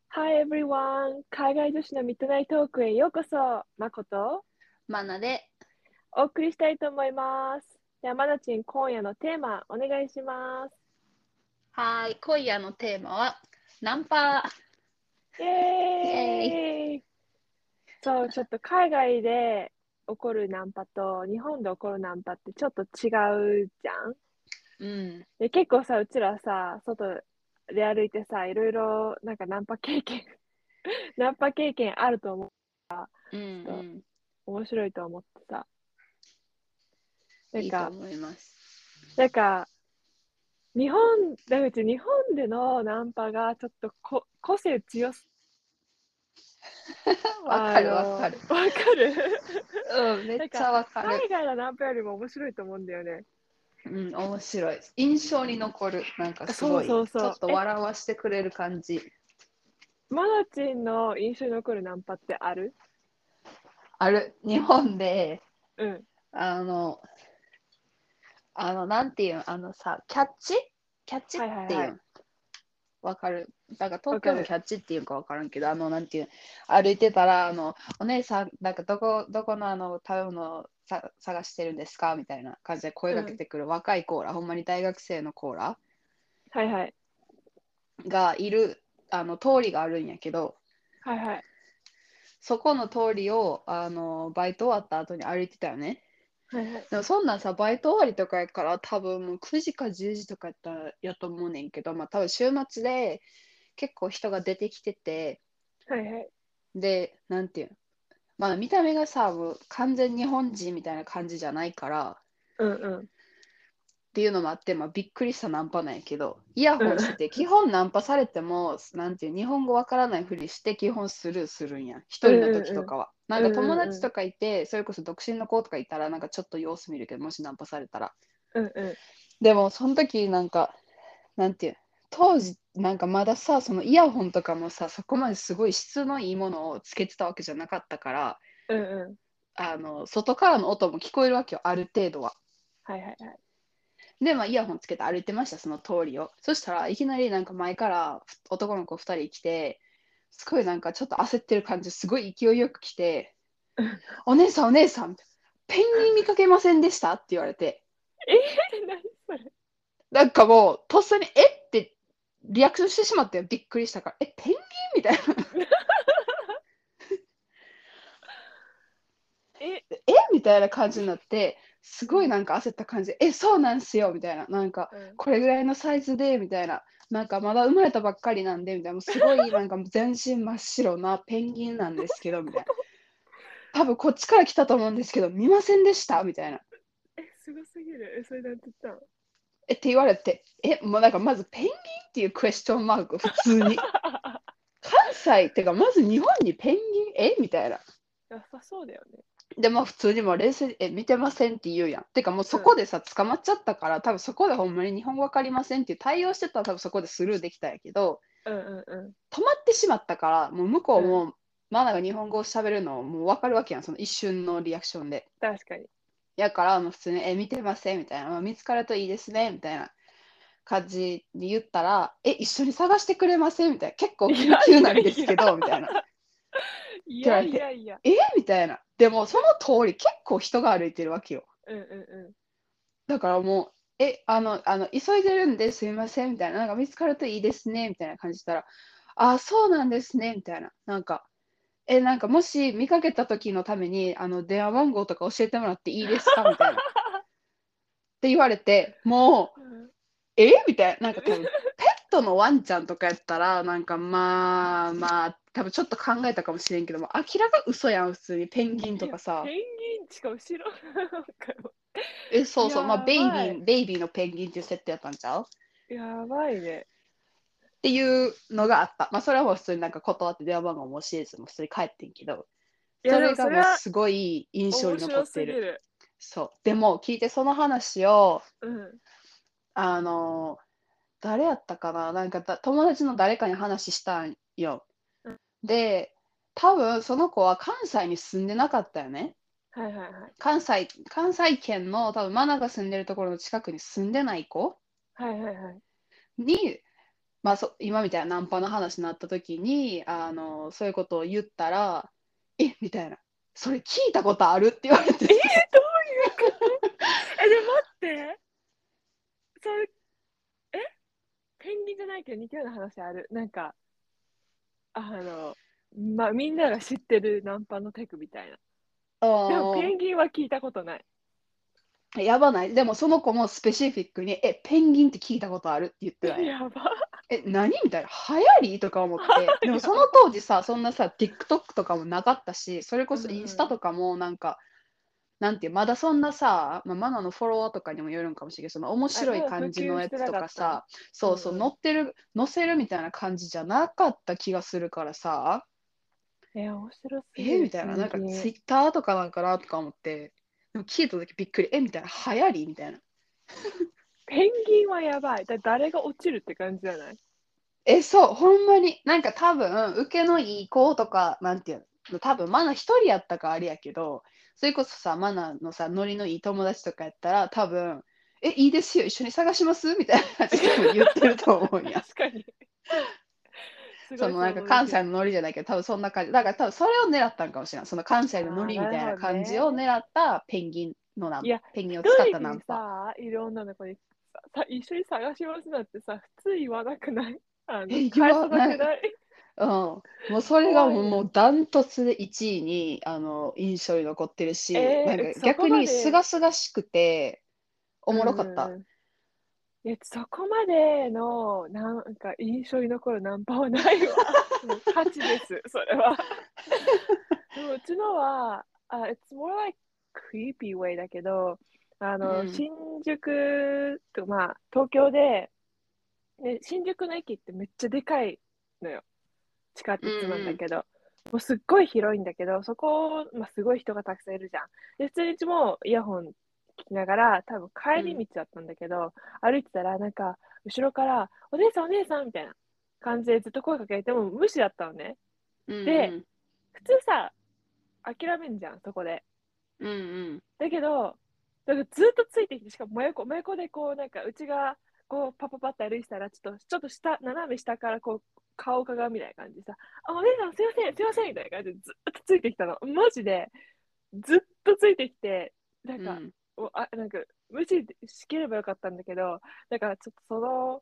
Hi everyone! 海外女子のミッドナイトトークへようこそ。まことマナで、 お送りしたいと思います。では、まなちん、今夜のテーマ、お願いします。 はい、今夜のテーマは、ナンパ。 イイエーイ。 エーイ。そう、ちょっと海外で起こるナンパと日本で起こるナンパってちょっと違うじゃん。 うん、 で、結構さ、うちらさ、外で歩いてさ、いろいろなんかナンパ経験ナンパ経験あると思う。 うん、うちょっとん。 面白いと思ってさ。なんいいとか、 思います。 なんか、うち日本でのナンパがちょっと個性強す、 わかるわかる。 わかる。 うん、めっちなんか、 ゃわかる。 海外のナンパよりも面白いと思うんだよね。 うん、面白い。印象に残る。なんかすそうごい、 そうそう。 ちょっと笑わしてくれる感じ。 マナチンの印象に残るナンパってある？ ある。日本で、 うん。 あの、なんていうの、キャッチっはいはいはい。 ていうの。わかる。なんか東京のわかる。 キャッチっていうかわからんけど、なんていう、歩いてたら、お姉さん、なんかどこの食べ物を探してるんですかみたいな感じで声うん。 かけてくる若いコーラ、ほんまに大学生のコーラはいはい。 がいる、通りがあるんやけど、 はいはい。 そこの通りを、バイト終わった後に歩いてたよね。 はいはい。 でもそんなんさ、バイト終わりとかやから多分もう9時か10時とかやったらやと思うねんけど、まあ多分週末で結構人が出てきてて、 はいはい。 で、なんていうの、まあ見た目がさ、もう完全日本人みたいな感じじゃないからうんうん。 っていうのもあって、まあ、びっくりしたナンパなんやけど、イヤうん。 ホンしてて、基本ナンパされても、なんていう、日本語わからないふりして基本スルーするんや。一うん人の時うんうん。 とかは。なんかうんうんうん。 友達とかいて、それこそ独身の子とかいたら、なんかちょっと様子見るけど、もしナンパされたら。 うんうん。 でも、その時なんか、なんていう、当時、なんかまださ、そのイヤホンとかもさ、そこまですごい質のいいものをつけてたわけじゃなかったから、 うんうん。 外からの音も聞こえるわけよ、ある程度は。 はいはいはい。 で、まあ、イヤホンつけて歩いてました、その通りを。そしたらいきなりなんか前から男の子2人来て、すごいなんかちょっと焦ってる感じ、すごい勢いよく来て、お姉さん、お姉さん、ペンギン見かけませんでしたって言われて、 何それ。 なんかもう、とっさに、ってリアクションしてしまってびっくりしたから、ペンギンみたいな。 え、 みたいな感じになって、すうん、 ごいなんか焦った感じで、そうなんすよみたいな、なんか、 うん。 これぐらいのサイズで、みたいな、なんかまだ生まれたばっかりなんで、みたいな、もうすごいなんか全身真っ白なペンギンなんですけど、みたいな。多分こっちから来たと思うんですけど、見ませんでしたみたいな。 すごすぎる。それなんて言ったの？ って言われて、もうなんかまずペンギンっていうクエスチョンマーク、普通に。関西ってか、まず日本にペンギンみたいな。 良さそうだよね。 で、まあ普通にもう冷静に、見てませんって言うやん。てかもううん。 そこでさ、捕まっちゃったから、多分そこでほんまに日本語わかりませんっていう対応してたら多分そこでスルーできたんやけど、 うんうんうん。 止まってしまったから、もう向こうん。 うも、マナが日本語を喋るのもうわかるわけやん、その一瞬のリアクションで。 確かに。 やから、もう普通に、見てませんみたいな、まあ見つかるといいですね、みたいな感じに言ったら、一緒に探してくれませんみたいな、結構いや緊急ないやいや。 んですけど、みたいな。っていや言われて、 いやいや。 みたいな。でも、その通り結構人が歩いてるわけよ。 うんうんだからもう、急いでるんですいませんみたいな、なんか見つかるといいですねみたいな感じしたら、あ、そうなんですねみたいな、なんか、なんかもし見かけた時のために、電話番号とか教えてもらっていいですかみたいなって言われて、もう、 うん。 みたいな、なんか多分、ペットのワンちゃんとかやったら、なんか多分ちょっと考えたかもしれんけども、明らか嘘やん、普通にペンギンいや、 とかさ。 ペンギンしか後ろ。なんかもそうそう、まあ、 やばい。 ベイビーのペンギンっていう設定やったんちゃうやばいね。 っていうのがあった。まあ、それはもう普通になんか断って電話番号も教えず、もう普通に帰ってんけど、 いや、でそれがもそれはもうすごい印象に残面白ってる。 すぎる。 そう。でも、聞いてその話を、 うん。 あの、誰やったかななんか友達の誰かに話したんよ。 うん。 で、多分その子は関西に住んでなかったよね。 はいはいはい。 関西圏の多分マナが住んでるところの近くに住んでない子はいはいはい。 にまあ今みたいなナンパの話になった時に、そういうことを言ったら、えみたいな。それ聞いたことあるって言われてどういさ。 うこと？で、待って。それ、えペンギンじゃないけど似たような話ある。なんか、みんなが知ってるナンパのテクみたいな。でも、ペうンギンは聞いたことない。 ん、やばない。でもその子もスペシフィックに、ペンギンって聞いたことあるって言ってたんや。 やば。 何みたいな。流行りとか思って。でもそのやば。 当時さ、そんなさ、TikTok とかもなかったし、それこうそインスタん。 とかもなんか、なんていう、まだそんなさ、マナのフォロワーとかにもよるんかもしれないけど、その面白いまだ普感じの及してやつとなかった？ かさ、そうそう、 うんうん。 載せるみたいな感じじゃなかった気がするからさ、 面白すぎる、 みたいな、 ペンなんかツギン。 イッターとかなんかなとか思って、でも聞いた時びっくり、みたいな、流行りみたいな。 ペンギンはやばい。誰が落ちるって感じじゃない？ そう、ほんまに、なんか多分、受けのいい子とか、なんていうの、多分、マナ一人やったかあれやけど、それこそさ、マナのさ、ノリのいい友達とかやったら、多分、いいですよ、一緒に探しますみたいな感じで多分言ってると思うんや。 確かに。すごいそのなんか想像できる。 関西のノリじゃないけど、多分そんな感じ。だから多分それを狙ったんかもしれない。その関西のノああ、 リみたいななるほど感じをね。 狙ったいや、 ペンギンを一使った人にナンパ。 さ、いる女の子に一緒に探しますなんてさ、普通言わなくない？ 言返さなわない。 くない？ うん。もうそれが怖いやん。 もうダントツで1位に印象に残ってるし、なんかそこ逆に清まで、 々しくておもろうんかった。 うんうん。そこまでの、なんか印象に残るナンパはないわ。もう価値です、それは。でもうちのは、it's more like creepy way だけど、 うん。 新宿と、まあ、東京で、新宿の駅ってめっちゃでかいのよ。地下うん鉄なんうん。 だけど。もうすっごい広いんだけど、そこ、まあ、すごい人がたくさんいるじゃん。で、普通にいつもイヤホン聞きながら、多分帰りうん。 道だったんだけど、歩いてたら、なんか、後ろから、お姉さんお姉さんみたいな感じでずっと声かけても無視だったのね。 うんで、 うん。 普通さ、諦めんじゃん、そこで。 うんうん。 だけど、だからずっとついてきて、しかも真横でこう、なんか、うちが、こう、パパパって歩いてたら、ちょっと斜め下からこう、顔をかがむみたいな感じでさ、お姉さんすいません、すいません、みたいな感じでずっとついてきたの。マジで、ずっとついてきて、なんか、 うん。 なんか、無視しければよかったんだけど、だからちょっと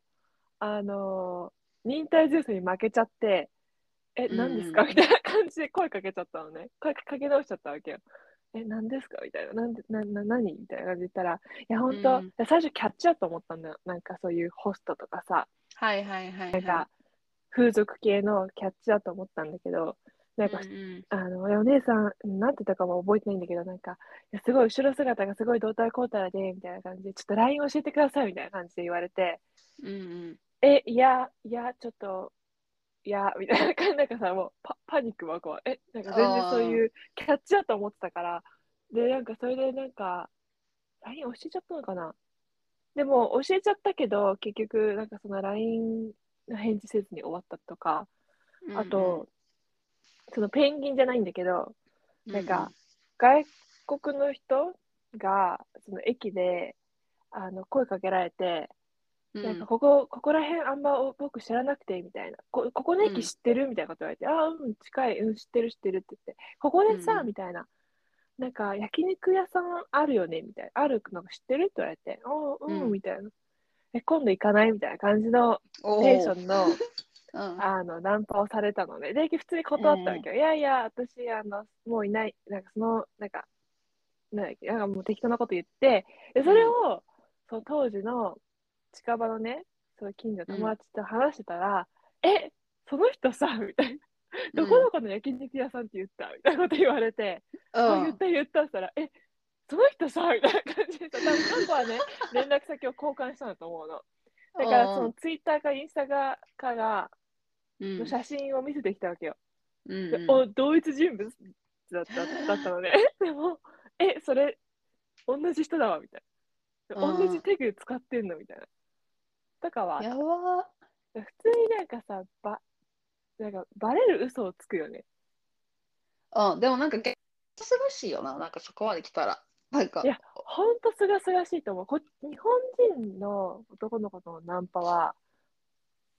忍耐強さに負けちゃって、 うん何ですうん。 かみたいな感じで声かけちゃったのね。声かけ直しちゃったわけよ。何ですかみたいな。何みたいな感じで言ったら、いや、本当うん。 最初キャッチャーと思ったんだよ。なんかそういうホストとかさ、 はいはいはいはい。 風俗系のキャッチだと思ったんだけど、なんうんか、 うん。 いやお姉さん、なんて言ったかも覚えてないんだけど、なんか、いやすごい後ろ姿がすごい胴体交代で、みたいな感じで、ちょっと LINE 教えてください、みたいな感じで言われて、 うんうん。 ちょっと、みたいな感じ、なんかさ、もうパニックはこう、なんか全然そうああ。 いうキャッチだと思ってたから、で、なんかそれでなんか、LINE 教えちゃったのかな？でも教えちゃったけど、結局、なんかその LINE の返事せずに終わったとか、 うんうあん。 と、そのペンギンじゃないんだけど、 うんうなんか、 ん。 外国の人が、その駅で、声かけられて、なんか、 うんここら辺あんま僕知らなくて、みたいな。ここの駅うん。 知ってるみたいなこと言われて、近い、知ってる知ってるって言って、ここでさ、 うんうん。 みたいな。なんか、焼肉屋さんあるよねみたいな。あるの知ってるって言われて、みたいな。今度行かないみたいな感じのテンおお。 ションの、 うん。 ナンパをされたのね。で、普通にうんうん。 断ったわけよ。いやいや、私、もういない。なんか、なんだっけ、なんかもう適当なこと言って、で、それうん。 を、その当時の近場のね、その近所のうん。 友達と話してたら、その人さ、みたいな。 うん。 どこどこの焼肉屋さんって言ったみたいなこと言われて、言っうん。 た言ったって言ったら、その人さ、みたいな感じでさ、多分その子はね、連絡先を交換したんだと思うの。だから、そのうん。 ツイッターかインスタのうん。 写真を見せてきたわけよ。 うんで、 うん。 同一人物だったのね。でも、それ、同じ人だわ、みたいな。 う同じん。 テグ使ってんのみたいな。とかはあっやた。 ば。 普通になんかさ、なんかバレる嘘をつくよね。 うん。でもなんかすがしいよな。なんかそこまで来たら。なんか、 いや、ほんとすがすがしいと思う。日本人の男の子のナンパは、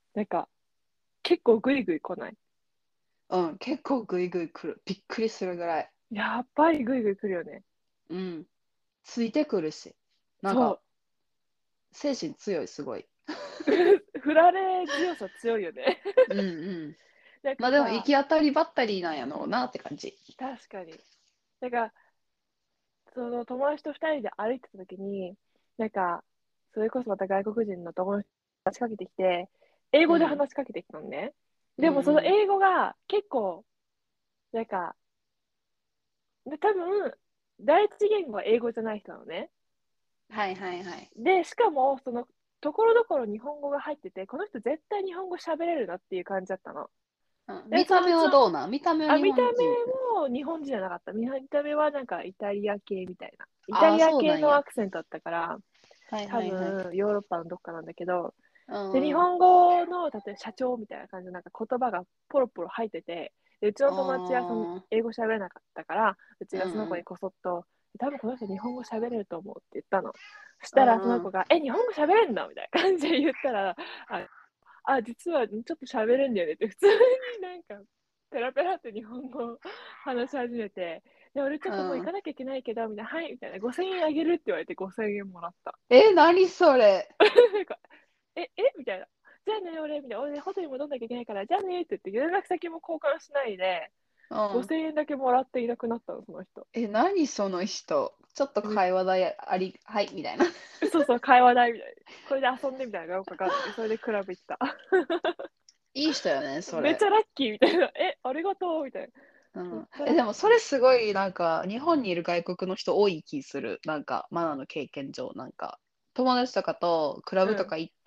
なんか、結構グイグイ来ない？ うん、結構グイグイ来る。びっくりするぐらい。 やっぱりグイグイ来るよね。 うん。ついてくるし。なんそか、精神強い、すごい。 う。振られ強さ強いよね。 うんうん。 なんまあでも、行かさ、 き当たりばったりなんやろうなって感じ。 確かに。なんか、その友達と二人で歩いてた時に、なんか、それこそまた外国人の友達が話しかけてきて、英語でうん。 話しかけてきたのね。でもそのうんうん。 英語が結構、なんか、で多分、第一言語は英語じゃない人なのね。 はいはいはい。 で、しかも、その、ところどころ日本語が入ってて、この人絶対日本語喋れるなっていう感じだったの。 うん、 で、 見た目はどうなん？見た目は日見た本人。 目も日本人じゃなかった。見た目はなんかイタリア系みたいな。イタああ、 リアそうなんや。 系のアクセントだったから、 はい多はいはい。 分ヨーロッパのどっかなんだけど、で、日うんうん。 本語の、例えば社長みたいな感じのなんか言葉がポロポロ入ってて、でうちの友達はそのああ、 英語喋れなかったから、うちうんうん。 がその子にこそっと、多分この人日本語喋れると思うって言ったの。そしうたらそんうん。 の子が、日本語喋れんのみたいな感じで言ったら、実はちょっと喋れんだよねって、普通になんか、ペラペラって日本語を話し始めて、で、俺ちょっともう行うん。 かなきゃいけないけど、みたいな、はい、みたいな、5000円あげるって言われて5000円もらった。 何それ。 なんか、みたいな。じゃあね、俺、みたいな。俺、ホテルに戻んなきゃいけないから、じゃあねって言って、連絡先も交換しないで、 うん。 5000円だけもらっていなくなったの、その人。 何その人。ちょっとめ会話だやあり、はい、みたいな。 そうそう、会話代みたいな。これで遊んでみたいなのがよくわかんないけど、それでクラブ行った。 いい人よね、それ。 めっちゃラッキーみたいな。ありがとうみたいな。 うん。 めっちゃラッでもそキれすごい、なんか、日本にいる外国の人多い気する。なんか、マナーの経験上、なんか、友達とかとクラブとー。 か行って、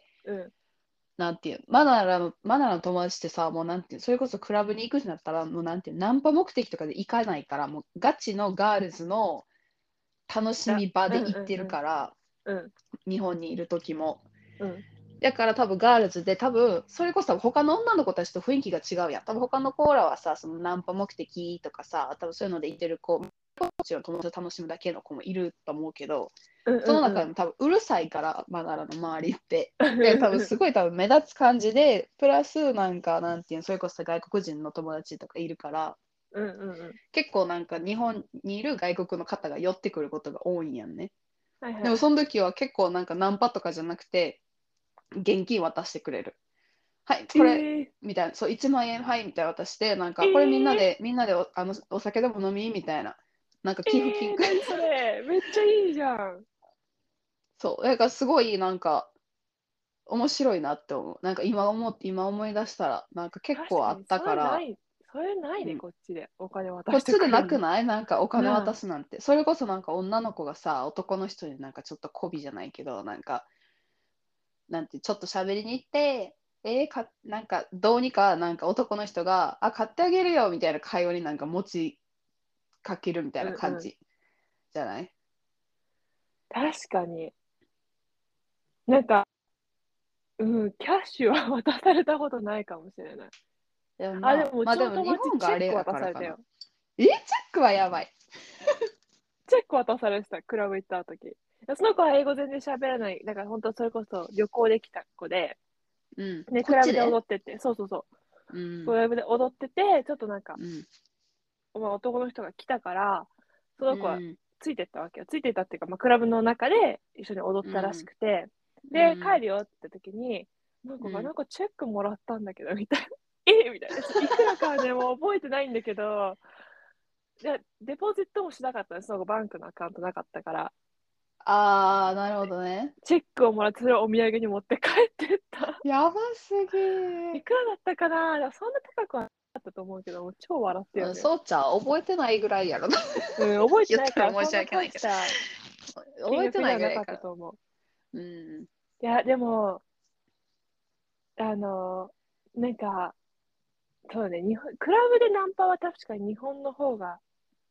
うん、 なんていう、マナーの友達ってさ、もうなんていう、それこそクラブに行くってなったら、もうなんていう、ナンパ目的とかで行かないから、もうガチのガールズの楽しみ場うん、 で行ってるうん、 から、 うん、 日本にいる時も。 うん、 だから多分ガールズで多分それこそ他の女の子たちと雰囲気が違うやん。多分他の子らはさ、そのナンパ目的とかさ、多分そういうので行ってる子、もちろん友達と楽しむだけの子もいると思うけど、 うん、 そのうん、 中でも多分うるさいから、マナラの周りって。 うん、 で、多分うん、 すごい多分目立つ感じで、プラスなんか、なんていうの、それこそ外国人の友達とかいるから、 うん、うん。 結構なんか日本にいる外国の方が寄ってくることが多いんやんね。 はいはいはい。 でもその時は結構なんかナンパとかじゃなくて、現金渡してくれる。はい、これ、 えみたいな、そう、1万円、はい、みたいな渡して、なんー、 か、これえみんなでお酒でも飲みみたいな。なんか寄付金、 何それめっちゃいいじゃん。 そう、だからすごいなんか、面白いなって思う。なんか今思い出したら、なんか結構あっ確かに、 たから、 それないね、 うん。 こっちで。お金渡してこっちでくれるの。 なくない？なんかお金渡なすなんて。それこそなんか女の子がさ、男の人になんかちょっと媚びじゃないけど、なんか、なんて、ちょっと喋りに行って、なんか、どうにか、なんか男の人が、買ってあげるよみたいな会話になんか持ちかけるみたいなうんうん。 感じじゃない？ 確かに。なんか、うん、キャッシュは渡されたことないかもしれない。ででもな、 もうちのまあでも日友達チェック本があれや渡されたよ。 からかな。チェックはやばい。 チェック渡されてた、クラブ行った時。その子は英語全然喋らない。だから本当それこそ旅行できた子で、 うん。 で、クラブでこっちで。 踊ってて、そうそうそう。 うん。 クラブで踊ってて、ちょっとなんか、 うん。 男の人が来たから、その子はうん。 ついてったわけよ。ついてったっていうか、クラブの中で一緒に踊ったらしうん。 くて、で、帰うん。 るよって時に、なんかが、 うん。 なんかチェックもらったんだけど、みたいな。みたいな。いくらかはね、もう覚えてないんだけど、で、デポジットもしなかったの、そのバンクのアカウントなかったから、 なるほどね。 チェックをもらって、それをお土産に持って帰ってった。 やばすぎ。 いくらだったかな？そんな高くはなかったと思うけど、もう超笑ったようん、 ね。 そうちゃう。覚えてないぐらいやろな。 うん、覚えて言っないから、 たら申そんなし訳ないけど。 大した金覚えて額ではなかっないぐらいやから。 たと思う。 うん。 いや、でも、あの、なんか、そうね、クラブでナンパは確かに日本の方が、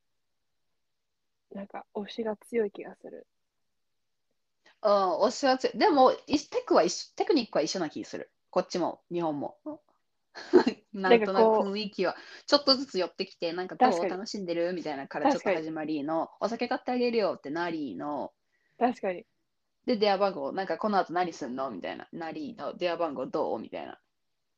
なんか、推しが強い気がする。 うん、おしはつい。でも、テクニックは一緒な気する。こっちも、日本も。ななんんとなくかこ雰囲気は、ちょっとずつ寄ってきて、なんかう、確かに、 どう楽しんでるみたいなからちょっ確かに、 と始まりの、お酒買ってあげるよってなりの、 確かに。 で、電話番号、なんかこの後何すんのみたいな。電話番号どうみたいな。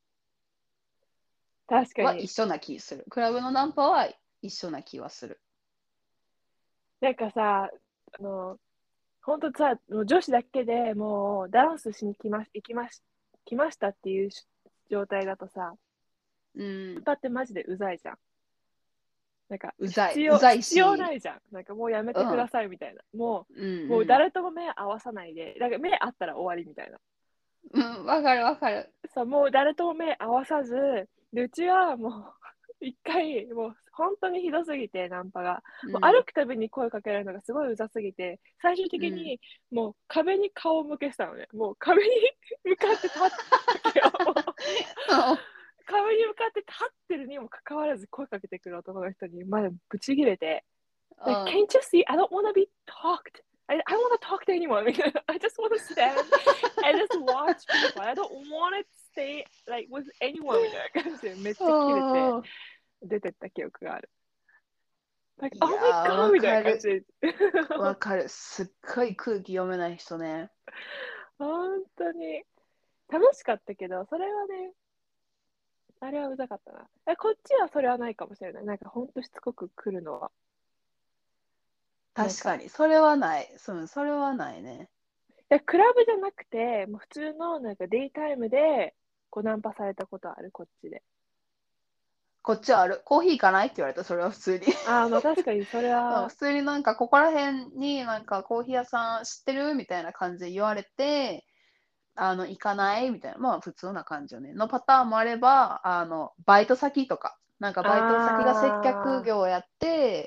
確かに。 は一緒な気する。クラブのナンパは一緒な気はする。 なんかさ、本当さ、もう女子だけでもうダンスしに来ましたっていう状態だとさ、 うん。 パってマジでうざいじゃん。なんかうざい必要なし、 いじゃん。なんかもうやめうん、 てくださいみたいな。 うん、 もううん。 誰とも目合わさないで、なんか目合ったら終わりみたいな。 うん、わかるわかる。 そう、もう誰とも目合わさず、で、うちはもう一回、もう本当にひどすぎて、ナンパが。もう歩うん、 くたびに声かけられるのがすごいうざすぎて、最終うん。 的にもう壁に顔を向けてたのね。もう壁に向かって立ったわけよ。壁に向かって立ってるにもかかわらず声かけてくる男の人にまだブチギレて、Like, うん。 can't you see? I don't want to be talked. I don't want to talk to anyone. I just want to stand and just watch people. I don't want to stay like with anyone みたいな感じでめっちゃキレてうん出てった記憶がある。Like, い oh my やー、 god! わみたいなかる。 感じで。 わかる。すっごい空気読めない人ね。 本当に楽しかったけど、それはね、あれはうざかったな。こっちはそれはないかもしれない。なんかほんとしつこく来るのは。なんか、 確かに。それはない。それはないね。 クラブじゃなくて、もう普通のなんかデイタイムでこうナンパされたことある、こっちで。 こっちはある。コーヒー行かないって言われた。それは普通に。 ああ、まあ確かにそれうん、 は、 普通になんかここら辺になんかコーヒー屋さん知ってるみたいな感じで言われて、行かないみたいな、まあ普通な感じよね。のパターンもあれば、バイト先とか、なんかバイト先が接客あ業をやって、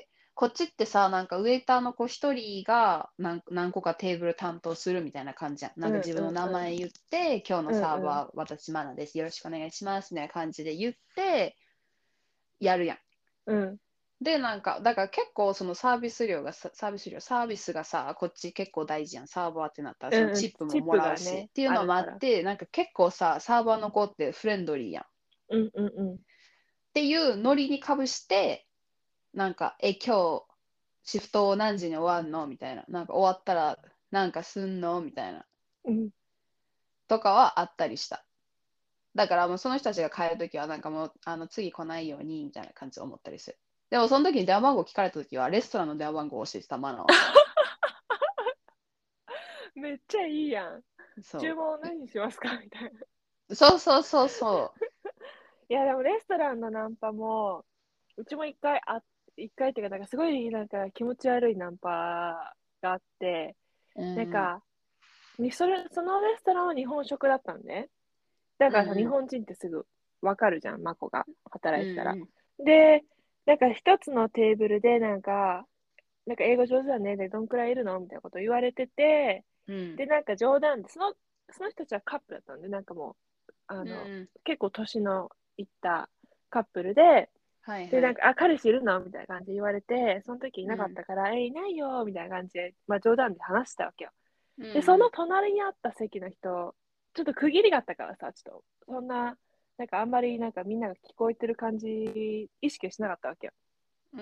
こっちってさ、なんかウェイターの子一人が何個かテーブル担当するみたいな感じじゃん。 あ、うんなんか自分の名うん前言って、今日のうんサーうんバー私マナです。よろしくお願いしますみたいな感じで言って、やるやん。 うん。 で、なんか、だから結構そのサービスがさ、こっち結構大事やん。サーバーってなったらそのうんうん。 チップもチッもらうし。 プがね、 っていうのあるから。 もあって、なんか結構さ、サーバーの子ってフレンドリーやん。っうんうんうん。 ていうノリにかぶして、なんか、今日、シフト何時に終わんのみたいな。なんか終わったら、なんかすんのみたいな。 うん、 とかはあったりした。だからもうその人たちが帰るときは、なんかもう、次来ないように、みたいな感じで思ったりする。でもその時に電話番号聞かれたときは、レストランの電話番号を教えてたマナーは。 めっちゃいいやん。注そ文何にしますかみたいな。 う。そうそうそうそいや、でもレストランのナンパも、うちも一回っていうか、なんかすごいなんか気持ち悪いナンパがあって、 う。うん。 なんか、そのレストランは日本食だったのね。だからさ、日うん。 本人ってすぐわかるじゃん、マコがうん。 働いてたら。 うん。 で、なんか一つのテーブルで、なんか英語上手だね、で、どんくらいいるのみたいなこと言われてて、 うん。 で、なんか冗談で、その人たちはカップルだったんで、なんかもう、 うん。 結構年のいったカップルで、で、 はいはい。 なんか、彼氏いるのみたいな感じで言われて、その時いなかっうん。 たから、いないよ、みたいな感じで、まあ冗談で話してたわけよ。 うん。 で、そうん。 の隣にあった席の人、ちょっと区切りがあったからさ、ちょっと、そんな、なんかあんまりなんかみんなが聞こえてる感じ、意識しなかったわけよ。 うん。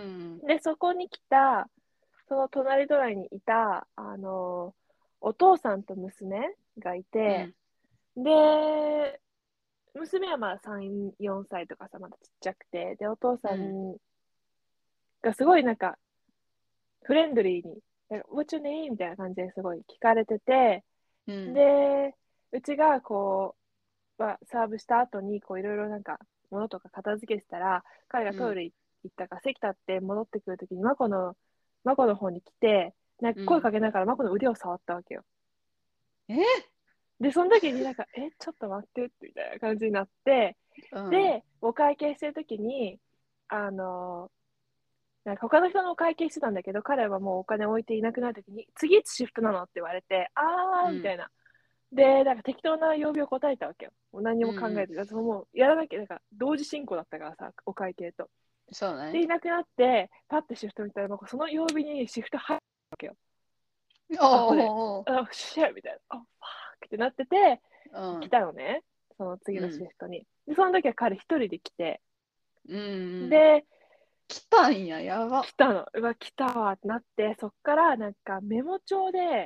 で、そこに来た、その隣にいた、お父さんと娘がいて、 うん。 で、娘はまあ3、4歳とかさ、まだちっちゃくて、で、お父さうん。 んがすごいなんか、フレンドリーに、なんか What's your name? みたいな感じですごい聞かれてて、 うん。 で、うちがこう、サーブした後に、こういろいろなんか、物とか片付けてたら、彼がうん。 トイレ行ったから、席立って戻ってくるときに、マコの方に来て、なんかうん。 声かけながらマコの腕を触ったわけよ。 え。 で、その時になんか、ちょっと待ってって、みたいな感じになって、 うん。 で、お会計してる時に、あの、なんか他の人のお会計してたんだけど、彼はもうお金置いていなくなる時に、次いつシフトなのって言われて、 うん。 みたいな。で、なんか適当な曜日を答えたわけよ。もう何うん。 も考うん。 えて、もうやらなきゃ、なんか同時進行だったからさ、お会計と。で、 そうね。 いなくなって、パッてシフト見たら、その曜日にシフト入るわけよ。 おアホで。 おお。 シェアみたいな。ファーってなってて、 うん。 来たのね。その次のシうん。 フトに。で、その時は彼一人で来て、 うん。うん。 で、 来たんや、やば。 来たの。うわ、来たわってなって、そっからなんかメモ帳で、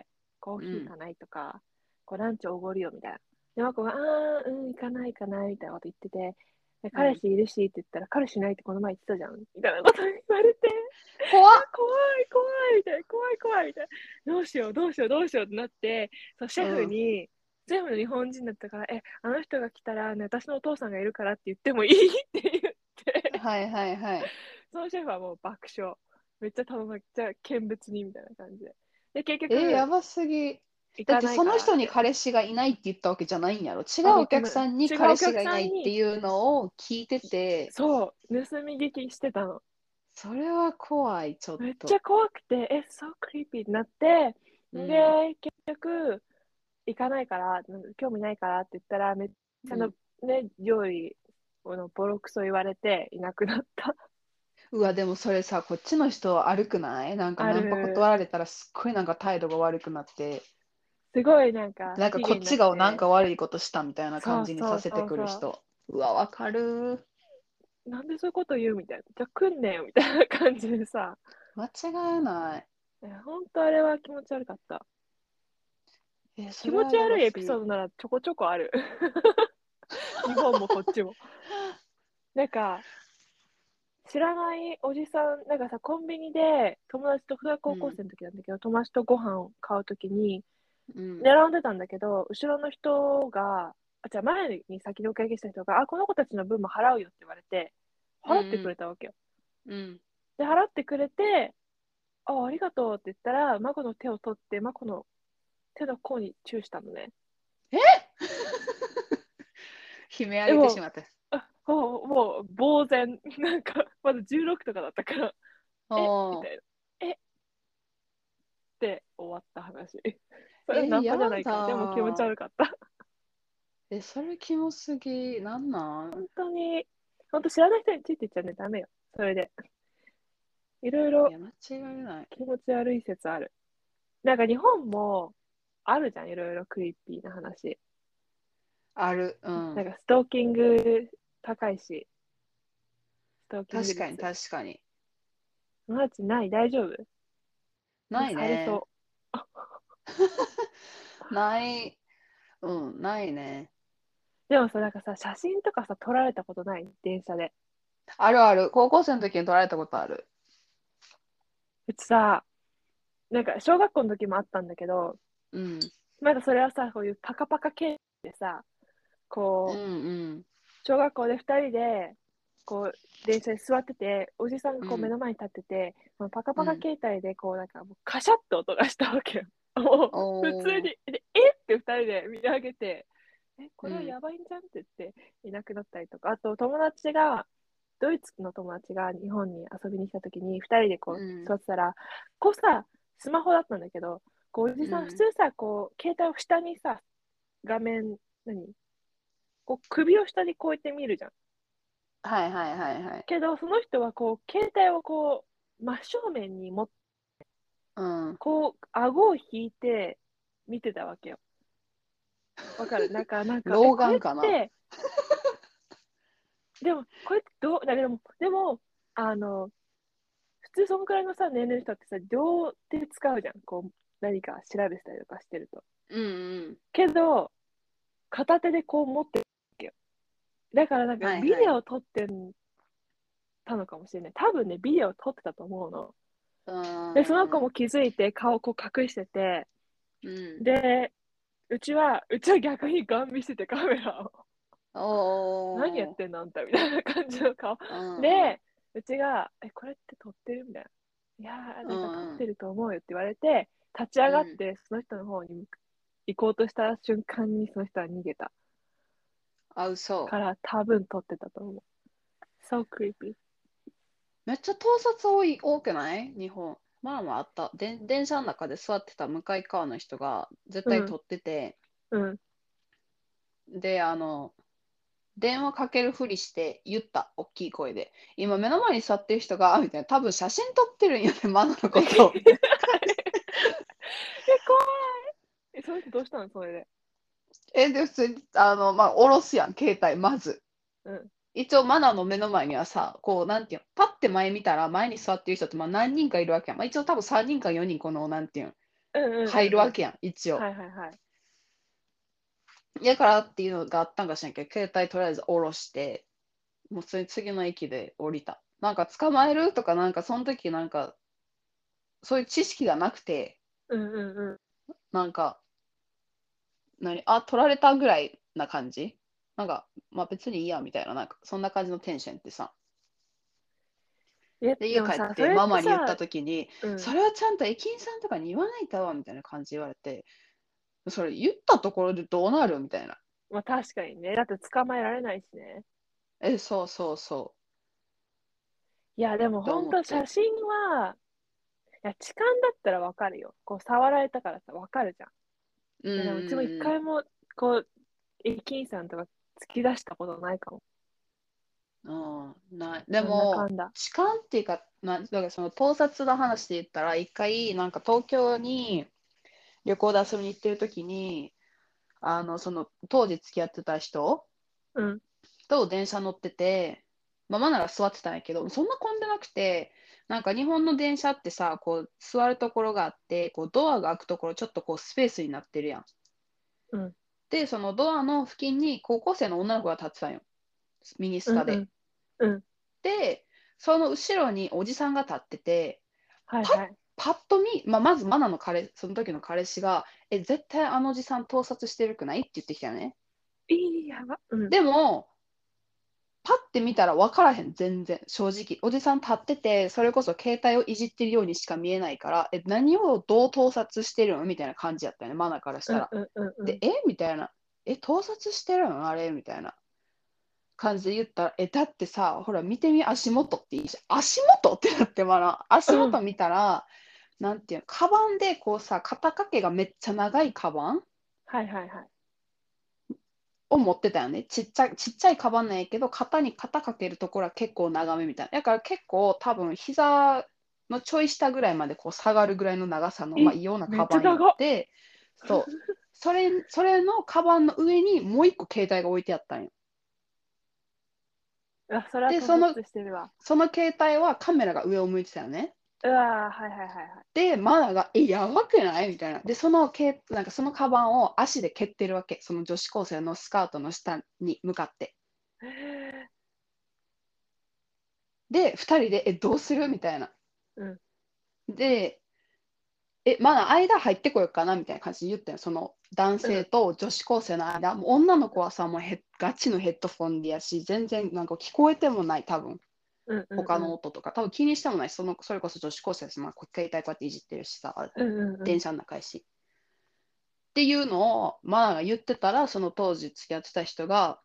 コーヒー行うん。 かないとか、こうランチおごるよみたいな。で、マコが、行かない行かないみたいなこと言ってて、でうん。 彼氏いるしって言ったら、彼氏いないってこの前言ってたじゃんみたいなこと言われて、 怖っ。 怖い怖いみたいな、怖い怖いみたいな、どうしようどうしようどうしようってなって、そうシェフうん。 に、シェフの日本人だったから、あの人が来たら、ね、私のお父さんがいるからって言ってもいいって言って、 はいはいはい。 そのシェフはもう爆笑。めっちゃめっちゃ見物にみたいな感じで。で、結局、 やばすぎ。 行かないだってそのからって。 人に彼氏がいないって言ったわけじゃないんやろ。違うお客さんに違うお客彼氏がいないってさんに、 いうのを聞いてて、 そう、盗み聞きしてたの。 それは怖い、ちょっめっちゃと。 怖くて、そうクリーピーになって、 うん。 で、結局、行かないから、興味ないからって言ったら、めっちゃうん。 ね、料理のボロクソ言われていなくなった。 うわ、でもそれさ、こっちの人悪くない？なんかあナンパる、 断られたらすっごいなんか態度が悪くなって、 すごいなんかなんか不機嫌になこっちがなんって、 か悪いことしたみたいな感そうそうじにさせてそうそくる人。うわ、わかる。 う、なんでそういうこと言うみたいな。じゃあ来んねよみたいな感じでさ、 間違いない。 本当あれは気持ち悪かった。 そ気持ちれはやば悪いエピソーすぎ。 ドならちょこちょこある。日本もこっちも。なんか、知らないおじさん、なんかさ、コンビニで友達と、それはうん、 高校生の時なんだけど、友達とご飯を買う時に、 うん、 並んでたんだけど、後ろの人が、じゃあ前に先にお会計した人が、この子たちの分も払うよって言われて、 うん、 払ってくれたわけよ。 うん。 で、払ってくれて、ありがとうって言ったら、孫の手を取って、孫の手の甲にチューしたのね。 え悲鳴上でも、 げてしまった。 もう、呆然。なんか、まだ16とかだったから、みおー。 たいな。って終わった話。それはナンパやじゃないか。でも気持ちだ。 悪かった。 それキモすぎ。なんな本ん？ 当に、本当知らない人についていっちゃね、ダメよ。それで。いろいろ間違いない。 気持ち悪い説ある。なんか日本もあるじゃん、いろいろクリーピーな話。 ある。うなんん。 かストーキング高いし、ストーキング確かに率。 確かに。 マジない、大丈夫？ ないね。 されそう。 ない。うん、ないね。 でもさ、なんかさ、写真とかさ、撮られたことない？電車で。 あるある。高校生の時に取られたことある。 うちさ、なんか小学校の時もあったんだけど、 うん。 まだそれはさ、こういうパカパカ系でさ、 うんこう、 うん小学校で2人で、こう、電車に座ってて、おじさんがこう目うんの前に立ってて、パカパカうん。 携帯で、こう、なんかもうカシャッと音がしたわけよ。もう、普通おー。 に、って2人で見上げて、これはうんやばいんじゃんって言っていなくなったりとか、あと友達が、ドイツの友達が日本に遊びに来た時に2人でこううん座ってたら、こうさ、スマホだったんだけど、こうおじさん普うん。 通さ、こう、携帯を下にさ、画面、こう首を下にこうやって見るじゃん。 はいはいはいはい。 けど、その人はこう、携帯をこう、真正面にうん。 こう、顎を引いて見てたわけよ。わかる？なんか、 老これっ眼かな？ て、でも、これってでも、あの、普通そのくらいのさ、年齢の人ってさ、両手使うじゃん。こう、何か調べたりとかしてると。 うんうん。 けど、片手でこう持ってるわけよ。だからなんか、ビはいはい。 デオ撮ってたのかもしれない。多分ね、ビデオ撮ってたと思うの。 うで、そのーん。 子も気づいて顔をこう隠してて、 うん。 で、うちは逆にガン見しててカメラを。何やっおー。 てんのあんたみたいな感じの顔。 うんうん。 で、うちが、これって撮ってるみたいな。いやうなんか撮っんうん。 てると思うよって言われて、立ち上がっうん。 てその人の方に行こうとした瞬間にその人は逃げたあ、嘘。 から多分撮ってたと思う。So creepy. めっちゃ盗撮多くない日本？まあまああった。電車の中で座ってた向かい側の人が絶うん、 対撮ってて、 うん。 で、電話かけるふりして言った、大きい声で。今目の前に座ってる人が、みたいな、多分写真撮ってるんやね、マナのえ、 ことを、みたいな。 怖い。その人どうしたのそれで。 で、普通に、まあ、下ろすやん、携帯、まず。 うん、 一応、マナの目の前にはさ、こう、なんていうの、パッて前見たら、前に座ってる人って、まあ、何人かいるわけやん。まあ、一応、多分3人か4人、この、なんていうの、 うんうんうん入るうん。 わけやん、一応。 はいはいはい。 やからっていうのがあったんかしらんけど、携帯とりあえず下ろして、もうそれ次の駅で降りた。なんか捕まえるとか、なんかその時なんか、そういう知識がなくて、 うんうんうん。 なんか、取られたぐらいな感じ。なんか、まあ別にいいやみたいな、なんかそんな感じのテンションってさ。で、家でもさ、そ帰ってれっママに言ったてさ、 時に、 うん。 それはちゃんと駅員さんとかに言わないとみたいな感じ言われて、それ言ったところでどうなるみたいな。 まあ確かにね。だって捕まえられないしね。 そうそうそいや、でもう。と本思って。 当写真は、いや、痴漢だったらわかるよ。こう、触られたからさ、わかるじゃん。いうんうや、でもうちも一んうん。 回も、こう、駅員さんとか突き出したことないかも。 でなんだかも、 んだ。 痴漢っていうか、だからその盗撮の話で言ったら、一回、なんか東京に旅行で遊びに行ってる時に、その当時付き合ってた人うん。 と電車乗ってて、ママなら座ってたんやけど、そんな混んでなくて、なんか日本の電車ってさ、こう座るところがあって、こうドアが開くところ、ちょっとこうスペースになってるやん。 うん。 で、そのドアの付近に高校生の女の子が立ってたんよ。ミニスカで。 うんうん。うん。 で、その後ろにおじさんが立ってて、パッ、 はいはい。 パッと見、まずマナのその時の彼氏が、絶対あのおじさん盗撮してるくないって言ってきたよね。 やば。うん。 でも、パッて見たら分からへん、全然、正直。おじさん立ってて、それこそ携帯をいじってるようにしか見えないから、何をどう盗撮してるのみたいな感じやったよね、マナからしたら。 うんうんうんうで、 ん。 みたいな。盗撮してるのあれみたいな感じで言ったら、だってさ、ほら、見てみ、足元っていいじゃん。足元ってなって、足うん。 元見たら、なんていうの、カバンでこうさ、肩掛けがめっちゃ長いカバンはいはいはい。 を持ってたよね。ちっちゃいカバンなんやけど、肩かけるところは結構長めみたいな。だから結構多分膝のちょい下ぐらいまでこう下がるぐらいの長さの、まあ、異様なめっカバンやっちゃ長っ。 て、そう。それのカバンの上にもう一個携帯が置いてあったんよ。 あ、それはで、 盗撮してるわ。 その携帯はカメラが上を向いてたよね。 うわー、はいはいはいはい。 で、マナが、やばくないみたいな。で、なんかそのカバンを足で蹴ってるわけ。その女子高生のスカートの下に向かって。で、二人で、どうするみたいな。 うん。 で、マナ間入ってこようかなみたいな感じで言ったよ。その男うん。 性と女子高生の間。もう女の子はさ、もうガチのヘッドフォンでやし、全然なんか聞こえてもない、多分。 うんうん他うん。 の音とか。多分気にしてもないし、それこそ女子高生です。携帯こうやっていじってるしさ、 うんうんうん。 電車の中やし。っていうのをマナが言ってたら、その当時付き合ってた人が、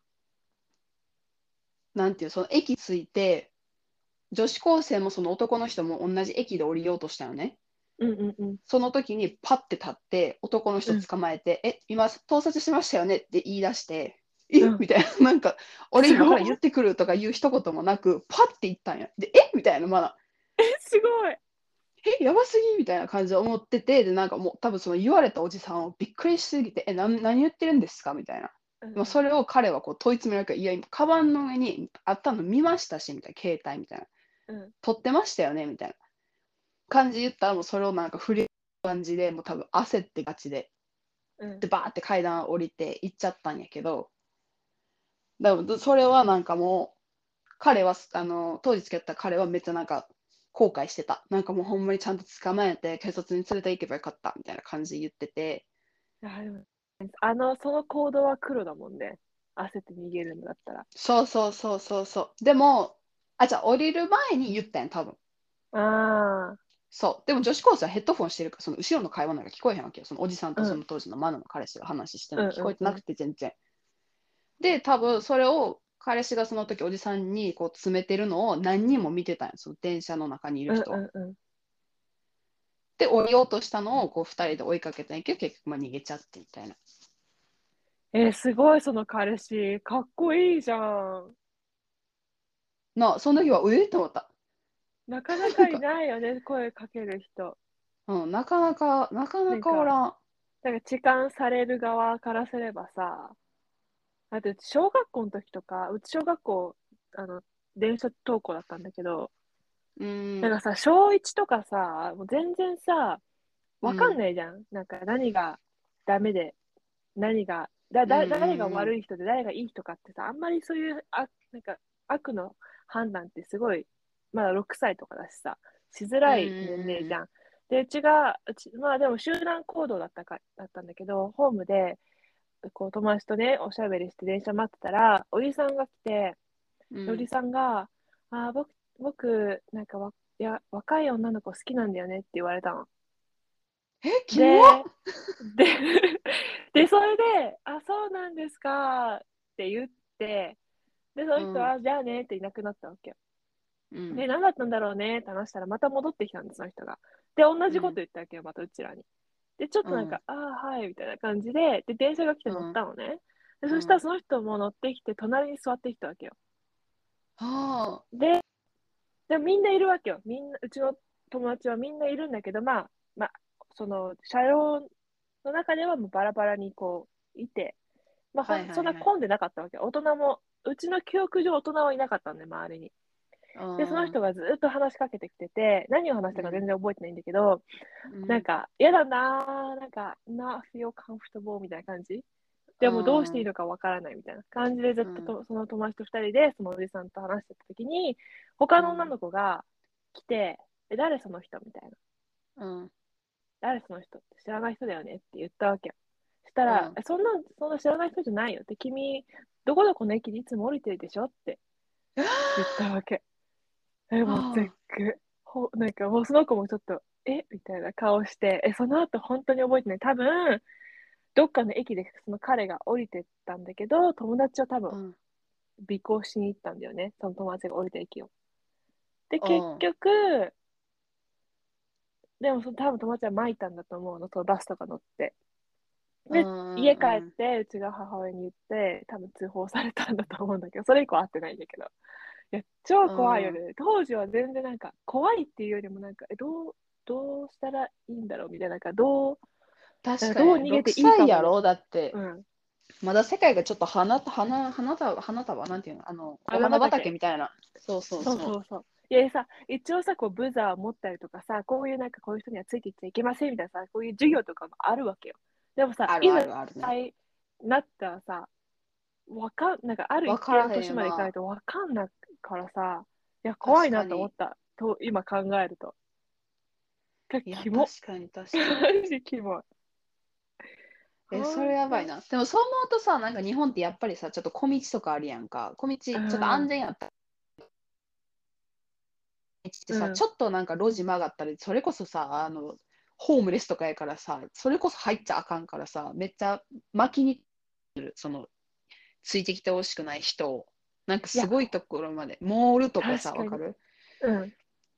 なんていう、その駅着いて、女子高生もその男の人も同じ駅で降りようとしたよね。 うんうんうん。 その時にパッて立って男の人うん。 捕まえて、今盗撮しましたよねって言い出して、 うん。 みたいな、なんか、俺すごい。 今から言ってくるとか言う一言もなく、パッて言ったんや。で、みたいな、まだ、 すごい。 やばすぎみたいな感じで思ってて、で、なんかもう多分その言われたおじさんをびっくりしすぎて、何言ってるんですかみたいな。もうそうんれを彼はこう問い詰められるから、いや、今、カバンの上にあったの見ましたし、みたいな、携帯みたいな。 うん。 撮ってましたよねみたいな感じで言ったら、もうそれをなんか振り感じで、もう多分焦ってガチで、 うん。 で、バーって階段降りて行っちゃったんやけど、でもそれはなんかもう、彼は、当時付き合った彼はめっちゃなんか後悔してた。なんかもうほんまにちゃんと捕まえて警察に連れて行けばよかったみたいな感じで言ってて、 でもその行動は黒だもんね。焦って逃げるんだったら。 そうそうそうそうそう。でも、じゃあ降りる前に言ったんや、多分。 あそう。でも女子高生はヘッドフォンしてるから、その後ろの会話なんか聞こえへんわけよ。そのおじさんあ、うん。 とその当時のマナの彼氏が話してるうんの聞こえてなくうんうん。 て全然。で、多分それを彼氏がその時おじさんにこう詰めてるのを何人も見てたんよ。その電車の中にいるうん人は。 うんうん。 で、降りようとしたのをこう2人で追いかけたんやけど、結局まあ逃げちゃってみたいな。 すごい、その彼氏。かっこいいじゃん。 その時は、と思った。 なかななんか、 かいないよね、声かける人。 なかななんか、 かおらん。 痴漢される側からすればさ、だって小学校の時とか、うち小学校、あの、電車登校だったんだけど、 うーん、 なんかさ、小1とかさ、もう全然さ、 わかんないじゃん。なんか何がダメで、何が、誰が悪い人で誰がいい人かってさ、あんまりそういう、なんか悪の判断ってすごい、まだ6歳とかだしさ、しづらい年齢じゃん。で、まあでも集団行動だったんだけど、ホームで、こう友達とね、おしゃべりして電車待ってたら、おじさんが来て、おじさんが、僕、若い女の子好きなんだよねって言われたの。 キモ。 で、で、それで、そうなんですかって言って、で、その人は、じゃあねっていなくなったわけよ。で、何だったんだろうねって話したら、また戻ってきたんです、その人が。で、同じこと言ったわけよ、またうちらに。で、ちょっとなんか、はい、みたいな感じで、電車が来て乗ったのね。で、そしたらその人も乗ってきて、隣に座ってきたわけよ。で、みんないるわけよ。うちの友達はみんないるんだけど、その、車両の中ではもうバラバラにこう、いて、そんな混んでなかったわけよ。大人も、うちの記憶上大人はいなかったんで、周りに。で、その人がずっと話しかけてきてて、何を話したか全然覚えてないんだけど、なんか、嫌だなー、なんか、not feel comfortable みたいな感じ。でもどうしていいのかわからないみたいな感じでずっとその友達と二人でそのおじさんと話してた時に、他の女の子が来て、誰その人みたいな。誰その人って知らない人だよねって言ったわけよ。したら、そんな知らない人じゃないよって、君、どこどこの駅にいつも降りてるでしょって言ったわけ。もう絶句。なんかもうその子もちょっと、みたいな顔して、その後本当に覚えてない。多分、どっかの駅でその彼が降りてったんだけど、友達は多分尾行しに行ったんだよね。その友達が降りた駅を。で、結局、でも多分友達は巻いたんだと思うの、そのバスとか乗って。で、家帰って、うちが母親に言って、多分通報されたんだと思うんだけど、それ以降会ってないんだけど。いや、超怖いよね。当時は全然なんか、怖いっていうよりもなんか、どうしたらいいんだろうみたいな、なんかどう確かに、6 逃げていいかも。 歳やろだって、 うん。 まだ世界がちょっと花束、なんていうの、お花畑みたいな。そうそうそうそう。 そうそう。いやさ、一応さ、こう、ブザーを持ったりとかさ、こういうなんかこういう人にはついていっちゃいけませんみたいなさ、こういう授業とかもあるわけよ。でもさ、 あるあいざるあるね。 なったらさ、なんかある一わからへん定の年までいかないよな。 とわかんないからさ、いや、怖いな確かに。 と思った。今考えると。 いや、 キモ。 確かに確かに。 マジキモい。 そほんと。 れやばいな。でもそう思うとさ、なんか日本ってやっぱりさ、ちょっと小道とかあるやんか。小道、ちうょっと安ん。 全やった道ってさ、 うん。 ちょっとなんか路地曲がったり、それこそさ、ホームレスとかやからさ、それこそ入っちゃあかんからさ、めっちゃ巻きに来る、ついてきてほしくない人を。なんかいや、 すごいところまで、モールとかさ、 確かに。 わかる？ うん。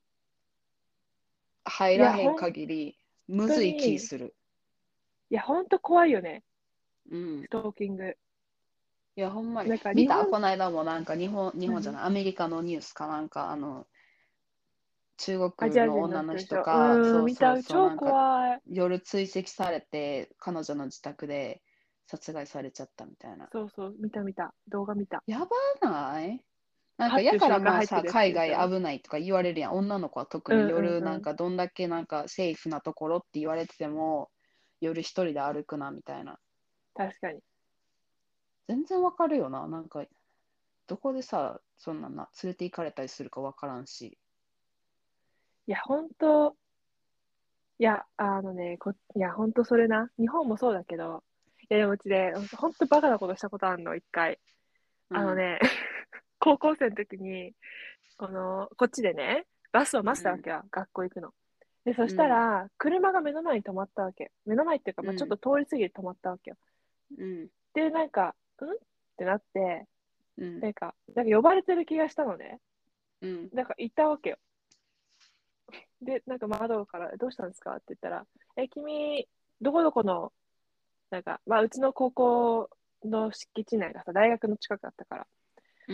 いや、 入らへん限り、むずい気いする。 や、ほんと怖いよね。 うん。 ストーキング。 いや、ほんまに。 なんか見たこの間もなんか日本じゃ何ない、アメリカのニュースかなんか、中アジア人の国の女の人でしょ。 人か、そう見た。 そうそう、 超なんか怖い。 夜追跡されて、彼女の自宅で殺害されちゃったみたいな。 そうそう、見た。動画見た。 やばないなんか、 パッてやから後ろからまあさ、 入ってくやつ海でしょ。 外危ないとか言われるやん。女の子は特うんに夜うんうん。 なんかどんだけなんかセーフなところって言われてても、夜一人で歩くなみたいな。 確かに。 全然わかるよな。なんか、どこでさ、そんなんな、連れて行かれたりするかわからんし。 いや、ほんと、いや、いや、ほんとそれな。日本もそうだけど、いや、でもうちで、ほんとバカなことしたことあるの、一回。 うん。 高校生の時に、こっちでね、バスを待ってたわうん。 けよ、学校行くの。で、そしたうん。 ら、車が目の前に止まったわけ。目の前っていうか、ちょっうん。 と通り過ぎて止まったわけよ。 うん。 で、なんか、ってなって、 うん。 なんか呼ばれてる気がしたのね。 うん。 なんか行ったわけよ。で、なんか窓から、どうしたんですかって言ったら、君、どこどこの、なんか、うちの高校の敷地内がさ、大学の近くだったから、 うん。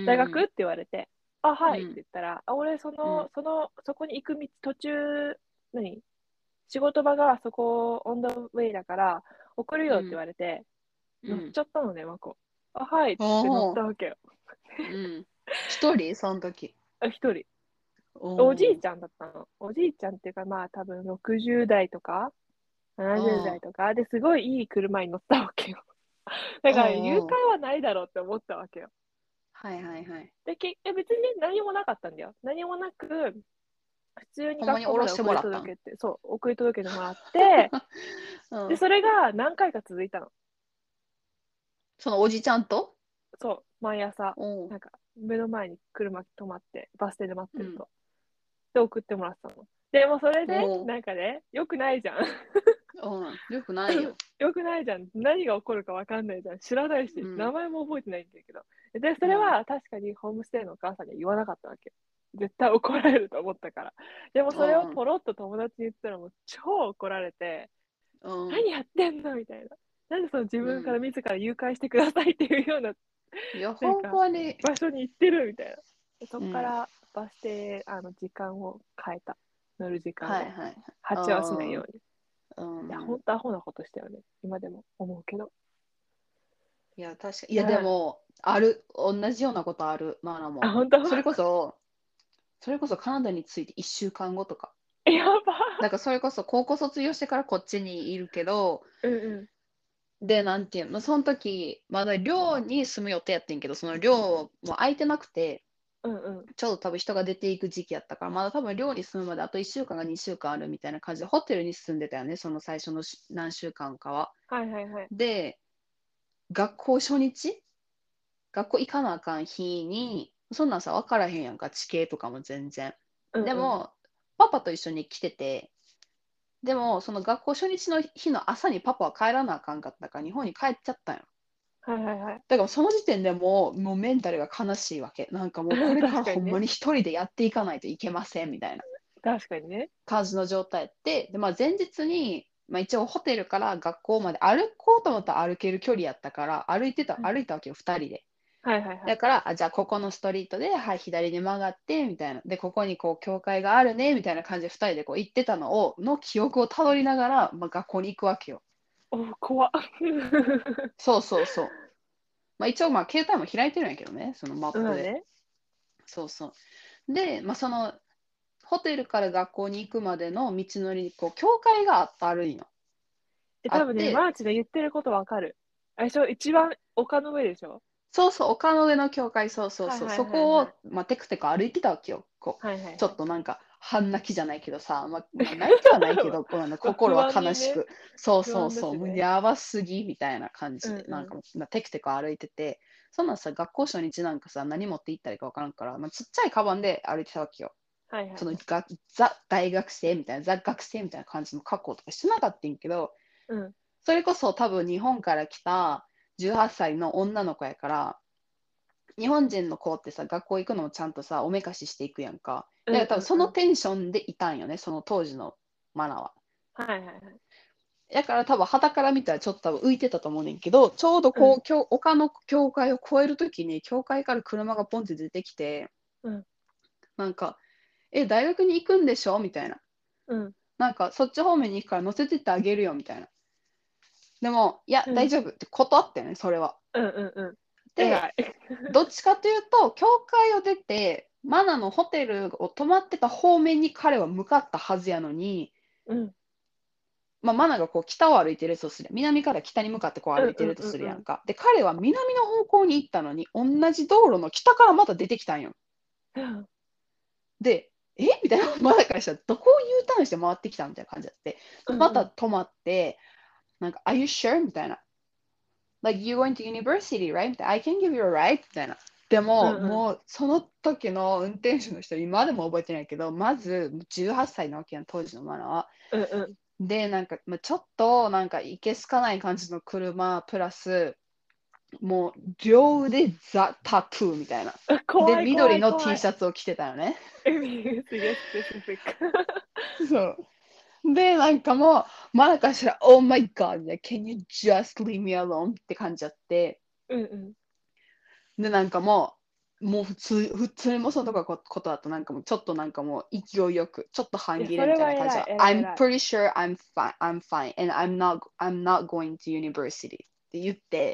大学って言われて、はいってうん。 言ったら、俺、 うん。 そこに行く途中、仕事場がそこ、オンダウェイだから、送るよって言うん。 われて、乗っうん。 ちゃったのね、マコ。はいって乗っおー。 たわけよ。 うん。一人その時。 一人。おじいおー。 ちゃんだったの。おじいちゃんっていうか、多分60代とか 70代とか。で、すごいいい車に乗ったわけよ。だから、誘拐はないだろうって思ったわけよ。 はいはいはい。 で、別にね、何もなかったんだよ。何もなく、普通にほんま学校まに降ろしてで送りもらったん？ 届けて、そう、送り届けてもらって、で、 うん。 それが何回か続いたの。 そのおじちゃんと？ そう、毎朝、 おう。 なんか、目の前に車止まって、バス停で待っうん。 てると。で、送ってもらってたの。でもそれで、 おう。 なんかね、よくないじゃん。 うん。よくないよ。 よくないじゃん。何が起こるかわかんないじゃん。知らないし、名うん。 前も覚えてないんだけど。で、それうん。 は確かにホームステイのお母さんには言わなかったわけ。絶対怒られると思ったから。でもそれをうん。 ポロッと友達に言ったらもう超怒られて、 うん。 何やってんのみたいな。なんでその自分からうん。 自ら誘拐してくださいっていうような、 いや、 なんか、 ほんまに。 場所に行ってるみたいな。そっうん。 からバス停、時間を変えた。乗る時間を。 はいはい。 鉢合わせないように。いうん。 や、 うん。 ほんとアホなことしたよね。今でも思うけど。 いや、確かに。いや、であも、ある。同じようなことある。マナあ、 も。 本当。 それこそカナダに着いて1週間後とか。 やば。 なんかそれこそ高校卒業してからこっちにいるけど、 うんうん。 で、なんていうの、その時、まだ寮に住む予定やってんけど、その寮も空いてなくて、 うんうん。 ちょうど多分人が出ていく時期やったから、まだ多分寮に住むまであと1週間か2週間あるみたいな感じで、ホテルに住んでたよね、その最初の何週間かは。 はいはいはい。 で、学校初日学校行かなあかん日に、そんなんさ、分からへんやんか、地形とかも全然。 うんうん。 でも、パパと一緒に来てて、でも、その学校初日の日の朝にパパは帰らなあかんかったから、日本に帰っちゃったんよ。 はいはいはい。 だからその時点でもうメンタルが悲しいわけ。なんかもうこれからほんま確かにね。 に一人でやっていかないといけませんみたいな確かにね。 感じの状態やって、で、まあ前日に、まあ一応ホテルから学校まで歩こうと思ったら歩ける距離やったから、歩いたわけよ、二人で。 はいはいはい。 だから、じゃあここのストリートで、はい、左に曲がって、みたいな。で、ここにこう、教会があるね、みたいな感じで二人でこう行ってたの記憶をたどりながら、まあ、学校に行くわけよ。 お、怖っ。 そうそうそう。まあ一応、まあ携帯も開いてるんやけどね、そのマップで。 まあね。 そうそう。で、まあその、ホテルから学校に行くまでの道のりに、こう、教会があるんよ。あ多分ね、マって、 ーチの言ってることわかる。あれでしょ、一番丘の上でしょ。 そうそう、丘の上の教会、そうそうそう、 はいはいそはいはい。 こを、まあ、テクテク歩いてたわけよ。こう、ちょはいはいはい。 っとなんか、半泣きじゃないけどさ、まあ、泣いてはないけど、こうまあ、不心は安にね、 悲しく、そう不そうそう、もう安だしね。 やばすぎみたいな感じで、なんうんうかもう、まあ、テクテク歩いてて、そんなんさ、学校初日なんかさ、何持って行ったらいいかわからんから、まあ、ちっちゃいカバンで歩いてたわけよ。 ん。はいはいはい。 ザ大学生みたいな、ザ学生みたいな感じの格好とかしてなかったんけど、 うん。 それこそ多分日本から来た18歳の女の子やから、日本人の子ってさ、学校行くのもちゃんとさ、おめかししていくやんか。 うんだから多分そのうんうん。 テンションでいたんよね、その当時のマナは。 はいはいはい。 だから多分傍から見たらちょっと多分浮いてたと思うねんけど、ちょうどうんこう、丘の境界を越えるときに、境界から車がポンって出てきて、 うんなんか、大学に行くんでしょみたいな。 うんなんか、そっち方面に行くから乗せてってあげるよ、みたいな。でも、いや、 うん。 大丈夫って断ってね、それは。 うんうんうん。偉で、 い。 どっちかというと、教会を出て、マナのホテルを泊まってた方面に彼は向かったはずやのに、 うん。 まあ、マナがこう北を歩いてるとする。南から北に向かってこううんうん歩いてるとうんうん。 するやんか。で、彼は南の方向に行ったのに、同じ道路の北からまた出てきたんよ。 うんで、みたいな、マナからしたら、どこを U ターンして回ってきたみたいな感じだって。またうん。 止まって、なんか、Are you sure? みたいな。Like, you're going to university, right? みたいな I can give you a ride? みたいな。でも、 うんうん。 もう、その時の運転手の人、今でも覚えてないけど、まず、18歳なわけやん、当時のマナは。 うんうん。 で、なんか、まあ、ちょっと、なんか、いけすかない感じの車、プラス、もう、両腕ザ・タトゥーみたいな。で、 怖い怖緑のい怖 T い。 シャツを着てたよね。 すげえスペシフィック。 そう。で、なんかもう、マナからしたら、Oh my God, can you just leave me alone? って感じやって、 うんうん。 で、なんかもう普通にもうそのとことだとなんかもうちょっとなんかもう勢いよく、ちょっといや、 半切れみそれたいな感じで、 は偉い、偉い、 I'm 偉い。 pretty sure I'm fine, and I'm not going to university って言って、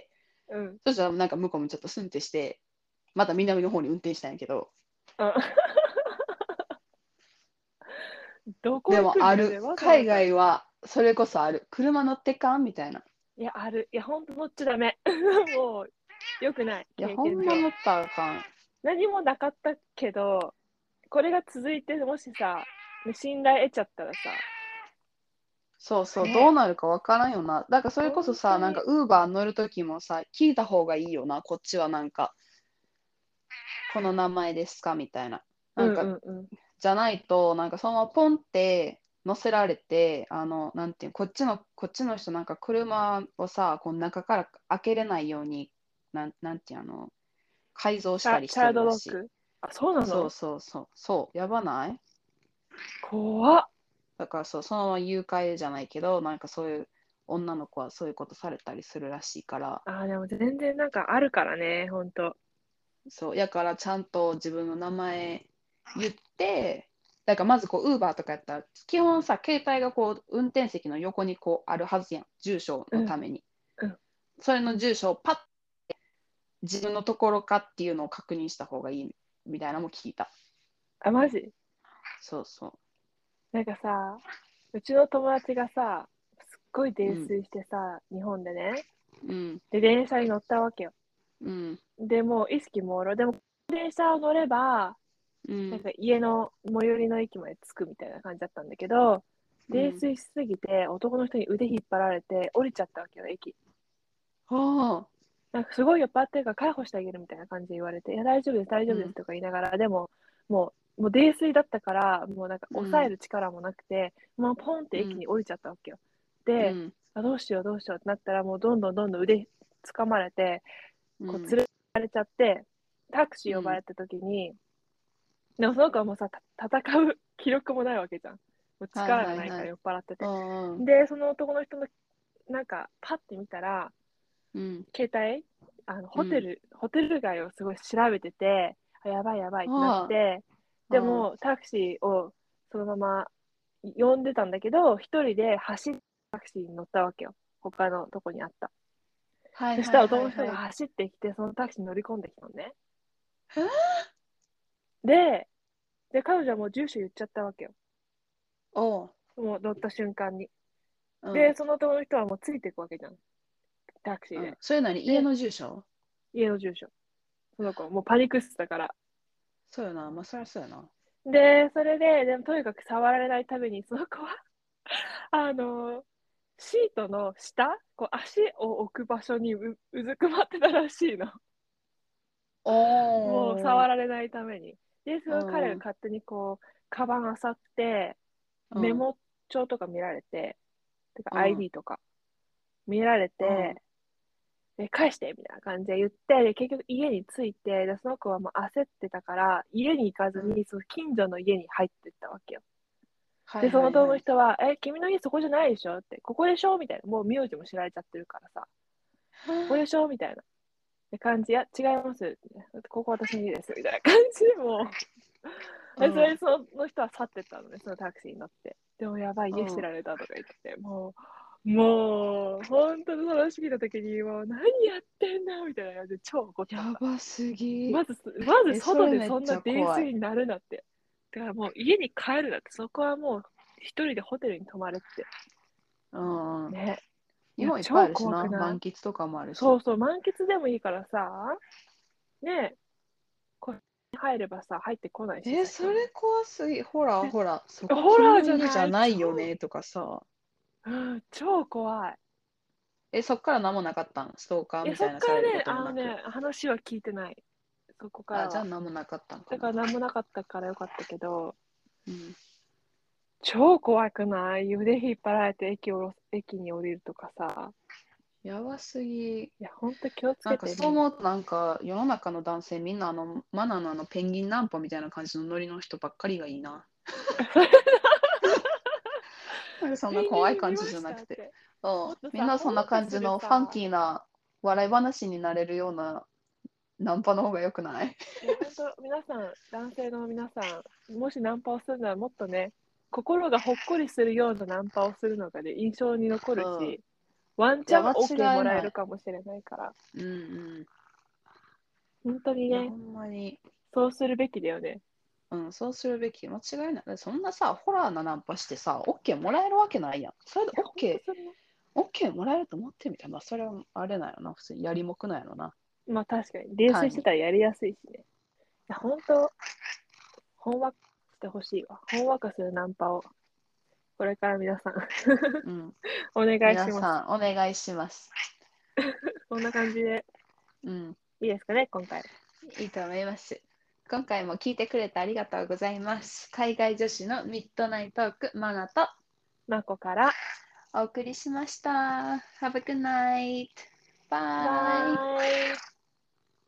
うん。 そしたらなんか向こうもちょっとスンってして、また南の方に運転したんやけど、 うん。どこで行くんだよね、 もわざわざ。 海外はそれこそある。車乗ってかんみたいな。 いや、ある。いや、ほんと乗っちゃダメ。もう、よくない。 いや、 経験上。 ほんま乗ったらあかん。 何もなかったけど、これが続いて、もしさ、信頼得ちゃったらさ、 そうそう、どね、 うなるかわからんよな。だからそれこそさ、なんか本当に、 ウーバー乗るときもさ、聞いた方がいいよな。こっちはなんか、この名前ですかみたいな。 うんなんか、 うんうん。 じゃないと、なんかそのままポンって乗せられて、なんていう、こっちの人なんか車をさ、こう中から開けれないように、なんていう、改造したりしてチャイルドるらしい。 ロック。あ、そうなそうの？ そうそう、そう、やばない？ 怖っ。 だからそう、そのまま誘拐じゃないけど、なんかそういう女の子はそういうことされたりするらしいから、 あー、でも全然なんかあるからね、ほんと。 そう、やからちゃんと自分の名前言って、だからまずこう、ウーバーとかやったら、基本さ、携帯がこう、運転席の横にこう、あるはずやん、住所うんのために。 うん。 それの住所をパッ、自分のところかっていうのを確認した方がいいみたいなのも聞いた。 あ、マジ？ そうそなんかさ、うちの友達がさ、すっごいう。う泥ん、 酔してさ、日本でね。 うん、 で、電車に乗ったわけよ。 うん、 で、もう意識朦朧。でも、電車を乗れば、 うん、 なんか家の最寄りの駅まで着くみたいな感じだったんだけど、泥うん。 酔しすぎて男の人に腕引っ張られて降りちゃったわけよ、駅。 はあ、 なんかすごい酔っ払ってるから介抱してあげるみたいな感じで言われて、いや、大丈夫です、大丈夫ですうん、 とか言いながら、でも、もう泥酔だったから、もうなんかうん、 抑える力もなくて、もうポンってうん、 駅に降りちゃったわけよ。で、 うん、 あ、どうしようどうしようってなったら、もうどんどんどんどん腕掴まれて、 うん、 こう連れられちゃって、タクシー呼ばうん。 れた時に、でもその子はもうさ、戦う気力もないわけじゃん。もうはい力がはいはい。 ないから酔っ払ってて。 うんうん。 で、その男の人の、なんか、パッて見たら、 うん。 携帯、 うん。 ホテル街をすごい調べてて、あ、やばいやばいってなっあて、 あ、ああ、 でも、タクシーをそのまま呼んでたんだけど、一人で走ってタクシーに乗ったわけよ。他のとこにあった。そしたはいはいら男の人はいはい。 が走ってきて、そのタクシーに乗り込んできたのね。 えで、彼女はもう住所言っちゃったわけよ。 おう、 もう乗った瞬間に。で、 うん、 その男の人はもうついていくわけじゃん。タクシーうん。 で。 それなに家で、 の住所？ 家の住所。その子、もうパニックってたから。 そうやな。まあ、そりゃそうやな。 で、それで、でもとにかく触られないために、その子はあの、シートの下、こう足を置く場所にうずくまってたらしいの。もうおー、 触られないために。で、そうの彼がん、 勝手にこう、カバン漁って、 うん、 メモ帳とか見られて、てかうん、 ID とか見られうん、 て、で返してみたいな感じで言って、で結局家に着いて、でその子はもう焦ってたから、家に行かずうん。 に、その近所の家に入ってったわけよ。 はいで、その男はいはい。 の人は、君の家そこじゃないでしょって、ここでしょみたいな。もう名字も知られちゃってるからさ、ここでしょみたいな。で感じ、いや、違いますって。ここ私の家です。みたいな感じでもう、それうん、 でその人は去ってったのね、そのタクシーに乗って。でもやばい、 うん。 家知られたとか言ってて、もう、本当にその時た時に、もう何やってんだみたいな感じで超怒ったんだ。 やばすぎ。 まずそ外でれめっちゃそんな泥怖い。 酔になるなって。だからもう家に帰るなって、そこはもう一人でホテルに泊まれって。 うんうん。 ね。いや、 日本いっぱいあ超るしな。 怖くない？ 満喫とかもあるし。 そうそう、満喫でもいいからさ、ね、これ入ればさ、入ってこないしさ、人も。 それ怖すぎ。ほらで、 ほら、そこホラー君の家じゃじゃない、 ないよねとかさ。 うん、超怖い。 そっから何もなかったん？ストーカーいや、 みそたいなされるこっからね、 ともなく。 話は聞いてない。そこかあ、 らは。 じゃあ何もなかったんかだかな。 ら何もなかったからよかったけど、 うん。 超怖くない？腕引っ張られて駅に降りるとかさ。 やばすぎ。 いや、ほんと気をつなんかけてね。 そう思うとなんか世の中の男性みんなマナーのペンギンナンパみたいな感じのノリの人ばっかりがいいな。なんかそんなペンギ怖い感じン見ましじゃなくて。 たって。 うん。 もっとさ、 みんなそんなほんとす感じのファンるさ、 キーな笑い話になれるようなナンパの方が良くない？ いや、ほんと、皆さん、男性の皆さん、もしナンパをするならもっとね、心がほっこりするようなナンパをするのがね、印象に残うん。 るし、ワンいや、 チャン間 OK もらえる違いない。 かもしれないから、 うんうん。 本当にいや、 ね、 ほんまに。 そうするべきだよね。 そうするべき。間違いない。そんなさ、ホラーなナンパしてさ、OK もらえるわけないやん。それでいや、ほんとそれは。 OK もらえると思ってみたら、まあ、それはあれなんやろな。普通にやりもくなんやろな。 まあ確かに、泥酔して単に。 たらやりやすいしね。いや、ほんと、ほんわかしてほしいわ。ほんわかするナンパを、これから皆さんうん。 お願いします。 皆さん、お願いします。 こんな感じでうん。 いいですかね、今回。 いいと思います。今回も聞いてくれてありがとうございます。海外女子のミッドナイトーク、マナとまこから、 お送りしました。Have a good night. バ Bye. イ。